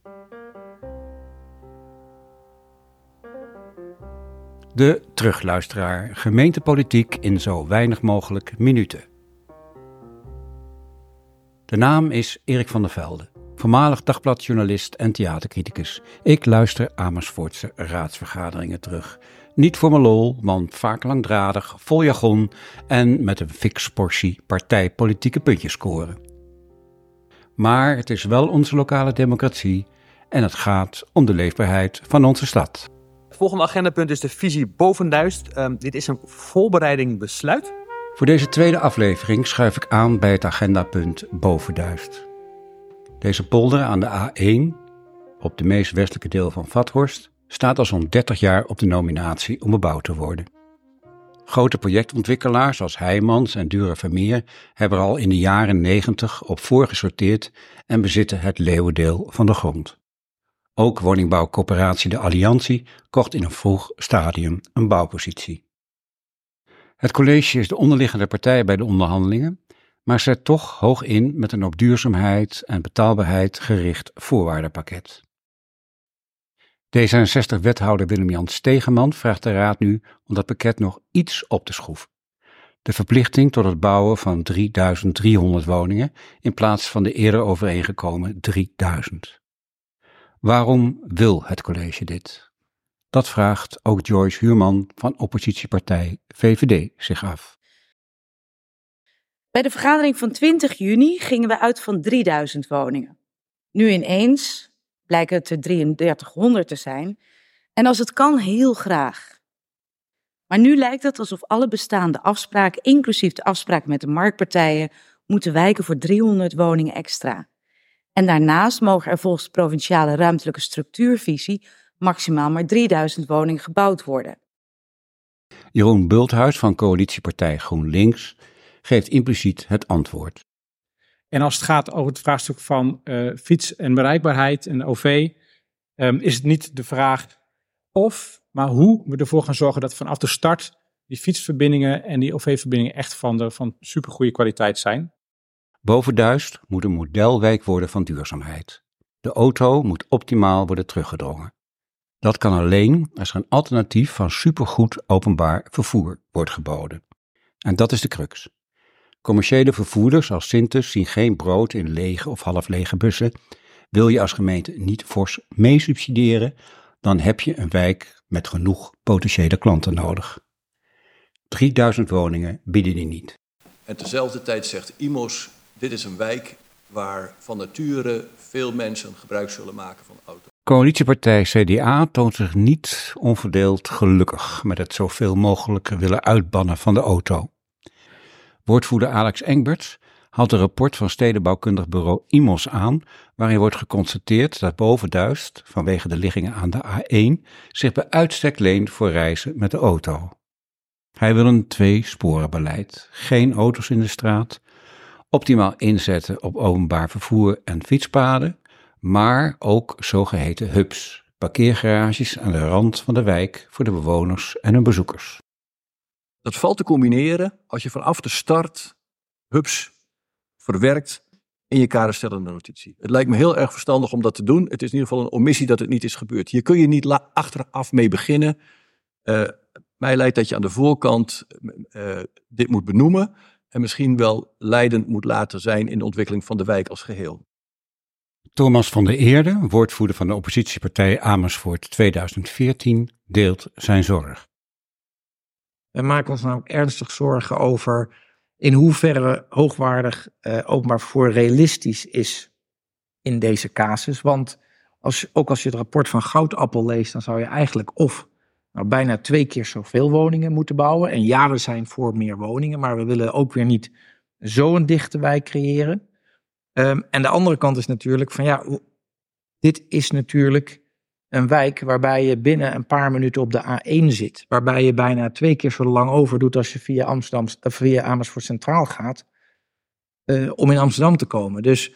De terugluisteraar, gemeentepolitiek in zo weinig mogelijk minuten. De naam is Erik van der Velde, voormalig dagbladjournalist en theatercriticus. Ik luister Amersfoortse raadsvergaderingen terug. Niet voor mijn lol, want vaak langdradig, vol jargon en met een fix portie partijpolitieke puntjes scoren. Maar het is wel onze lokale democratie en het gaat om de leefbaarheid van onze stad. Het volgende agendapunt is de visie Bovenduist. Dit is een voorbereiding besluit. Voor deze tweede aflevering schuif ik aan bij het agendapunt Bovenduist. Deze polder aan de A1, op de meest westelijke deel van Vathorst, staat al zo'n 30 jaar op de nominatie om bebouwd te worden. Grote projectontwikkelaars als Heijmans en Dura Vermeer hebben er al in de jaren 90 op voorgesorteerd en bezitten het leeuwendeel van de grond. Ook woningbouwcoöperatie De Alliantie kocht in een vroeg stadium een bouwpositie. Het college is de onderliggende partij bij de onderhandelingen, maar zet toch hoog in met een op duurzaamheid en betaalbaarheid gericht voorwaardenpakket. D66-wethouder Willem-Jan Stegeman vraagt de raad nu om dat pakket nog iets op te schroeven. De verplichting tot het bouwen van 3300 woningen in plaats van de eerder overeengekomen 3000. Waarom wil het college dit? Dat vraagt ook Joyce Huurman van oppositiepartij VVD zich af. Bij de vergadering van 20 juni gingen we uit van 3000 woningen. Nu ineens blijken het er 3300 te zijn en als het kan heel graag. Maar nu lijkt het alsof alle bestaande afspraken, inclusief de afspraken met de marktpartijen, moeten wijken voor 300 woningen extra. En daarnaast mogen er volgens de provinciale ruimtelijke structuurvisie maximaal maar 3000 woningen gebouwd worden. Jeroen Bulthuis van coalitiepartij GroenLinks geeft impliciet het antwoord. En als het gaat over het vraagstuk van fiets en bereikbaarheid en OV, is het niet de vraag of, maar hoe we ervoor gaan zorgen dat vanaf de start die fietsverbindingen en die OV-verbindingen echt van supergoeie kwaliteit zijn. Bovenduist moet een modelwijk worden van duurzaamheid. De auto moet optimaal worden teruggedrongen. Dat kan alleen als er een alternatief van supergoed openbaar vervoer wordt geboden. En dat is de crux. Commerciële vervoerders als Sintus zien geen brood in lege of half lege bussen. Wil je als gemeente niet fors meesubsidiëren, dan heb je een wijk met genoeg potentiële klanten nodig. 3000 woningen bieden die niet. En tezelfde tijd zegt IMOS, dit is een wijk waar van nature veel mensen gebruik zullen maken van de auto. Coalitiepartij CDA toont zich niet onverdeeld gelukkig met het zoveel mogelijk willen uitbannen van de auto. Woordvoerder Alex Engberts haalt een rapport van stedenbouwkundig bureau IMOS aan, waarin wordt geconstateerd dat Bovenduist, vanwege de liggingen aan de A1, zich bij uitstek leent voor reizen met de auto. Hij wil een 2-sporenbeleid, geen auto's in de straat, optimaal inzetten op openbaar vervoer en fietspaden, maar ook zogeheten hubs, parkeergarages aan de rand van de wijk voor de bewoners en hun bezoekers. Dat valt te combineren als je vanaf de start hubs verwerkt in je kaderstellende notitie. Het lijkt me heel erg verstandig om dat te doen. Het is in ieder geval een omissie dat het niet is gebeurd. Hier kun je niet achteraf mee beginnen. Mij lijkt dat je aan de voorkant dit moet benoemen en misschien wel leidend moet laten zijn in de ontwikkeling van de wijk als geheel. Thomas van der Eerde, woordvoerder van de oppositiepartij Amersfoort 2014, deelt zijn zorg. We maken ons namelijk ernstig zorgen over in hoeverre hoogwaardig openbaar vervoer realistisch is in deze casus. Want als je het rapport van Goudappel leest, dan zou je eigenlijk of bijna 2 keer zoveel woningen moeten bouwen. En ja, we zijn voor meer woningen, maar we willen ook weer niet zo'n dichte wijk creëren. En de andere kant is natuurlijk van dit is natuurlijk een wijk waarbij je binnen een paar minuten op de A1 zit. Waarbij je bijna 2 keer zo lang over doet als je via Amersfoort Centraal gaat. Om in Amsterdam te komen. Dus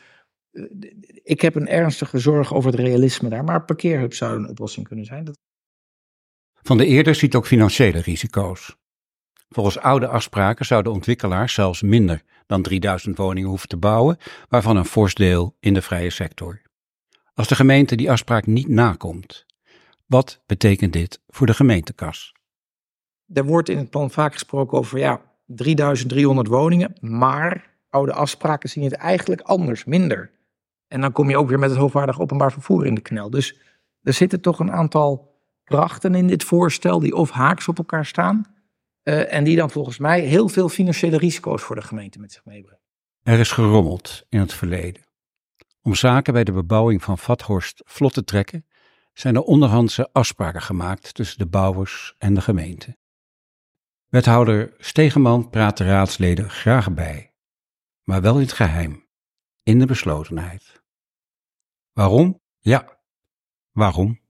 ik heb een ernstige zorg over het realisme daar. Maar parkeerhubs zouden een oplossing kunnen zijn. Van der Eerde ziet ook financiële risico's. Volgens oude afspraken zouden ontwikkelaars zelfs minder dan 3000 woningen hoeven te bouwen, waarvan een fors deel in de vrije sector. Als de gemeente die afspraak niet nakomt, wat betekent dit voor de gemeentekas? Er wordt in het plan vaak gesproken over 3300 woningen, maar oude afspraken zien het eigenlijk anders, minder. En dan kom je ook weer met het hoogwaardig openbaar vervoer in de knel. Dus er zitten toch een aantal krachten in dit voorstel die of haaks op elkaar staan en die dan volgens mij heel veel financiële risico's voor de gemeente met zich meebrengen. Er is gerommeld in het verleden. Om zaken bij de bebouwing van Vathorst vlot te trekken, zijn er onderhandse afspraken gemaakt tussen de bouwers en de gemeente. Wethouder Stegeman praat de raadsleden graag bij, maar wel in het geheim, in de beslotenheid. Waarom? Ja, waarom?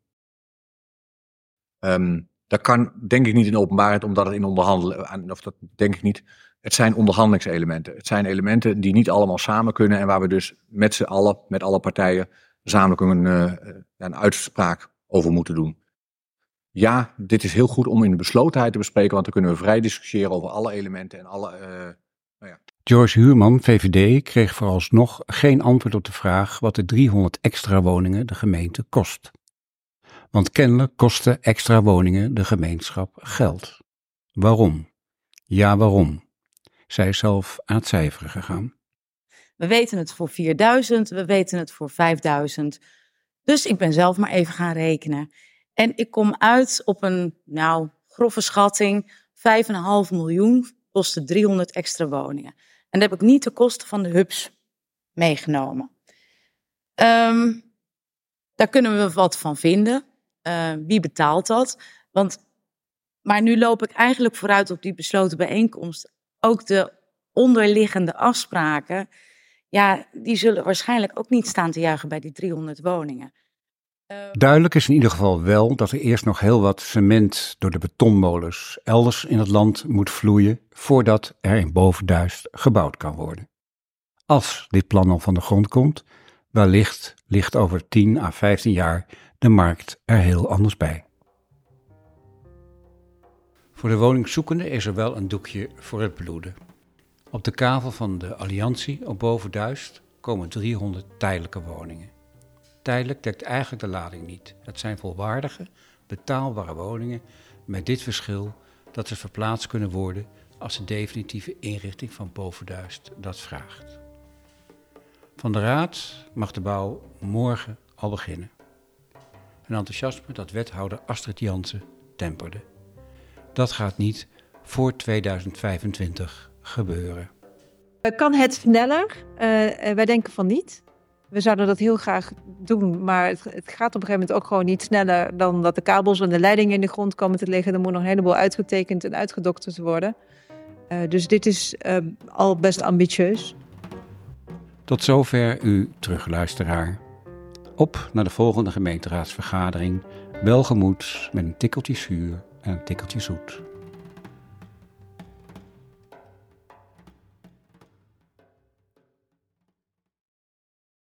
Dat kan denk ik niet in openbaarheid, omdat het in onderhandelen, of dat denk ik niet. Het zijn onderhandelingselementen. Het zijn elementen die niet allemaal samen kunnen en waar we dus met z'n allen, met alle partijen, gezamenlijk een uitspraak over moeten doen. Ja, dit is heel goed om in de beslotenheid te bespreken, want dan kunnen we vrij discussiëren over alle elementen en alle... Joyce Huurman, VVD, kreeg vooralsnog geen antwoord op de vraag wat de 300 extra woningen de gemeente kost. Want kennelijk kosten extra woningen de gemeenschap geld. Waarom? Ja, waarom? Zij is zelf aan het cijferen gegaan. We weten het voor 4000, we weten het voor 5000. Dus ik ben zelf maar even gaan rekenen. En ik kom uit op een, grove schatting, 5,5 miljoen kosten 300 extra woningen. En daar heb ik niet de kosten van de hubs meegenomen. Daar kunnen we wat van vinden. Wie betaalt dat? Maar nu loop ik eigenlijk vooruit op die besloten bijeenkomst. Ook de onderliggende afspraken, die zullen waarschijnlijk ook niet staan te juichen bij die 300 woningen. Duidelijk is in ieder geval wel dat er eerst nog heel wat cement door de betonmolens elders in het land moet vloeien voordat er in Bovenduist gebouwd kan worden. Als dit plan al van de grond komt, wellicht ligt over 10 à 15 jaar de markt er heel anders bij. Voor de woningzoekende is er wel een doekje voor het bloeden. Op de kavel van de Alliantie op Bovenduist komen 300 tijdelijke woningen. Tijdelijk dekt eigenlijk de lading niet. Het zijn volwaardige, betaalbare woningen met dit verschil dat ze verplaatst kunnen worden als de definitieve inrichting van Bovenduist dat vraagt. Van de Raad mag de bouw morgen al beginnen. Een enthousiasme dat wethouder Astrid Jansen temperde. Dat gaat niet voor 2025 gebeuren. Kan het sneller? Wij denken van niet. We zouden dat heel graag doen, maar het gaat op een gegeven moment ook gewoon niet sneller dan dat de kabels en de leidingen in de grond komen te liggen. Er moet nog een heleboel uitgetekend en uitgedokterd worden. Dus dit is al best ambitieus. Tot zover uw terugluisteraar. Op naar de volgende gemeenteraadsvergadering. Welgemoed met een tikkeltje zuur en een tikkeltje zoet.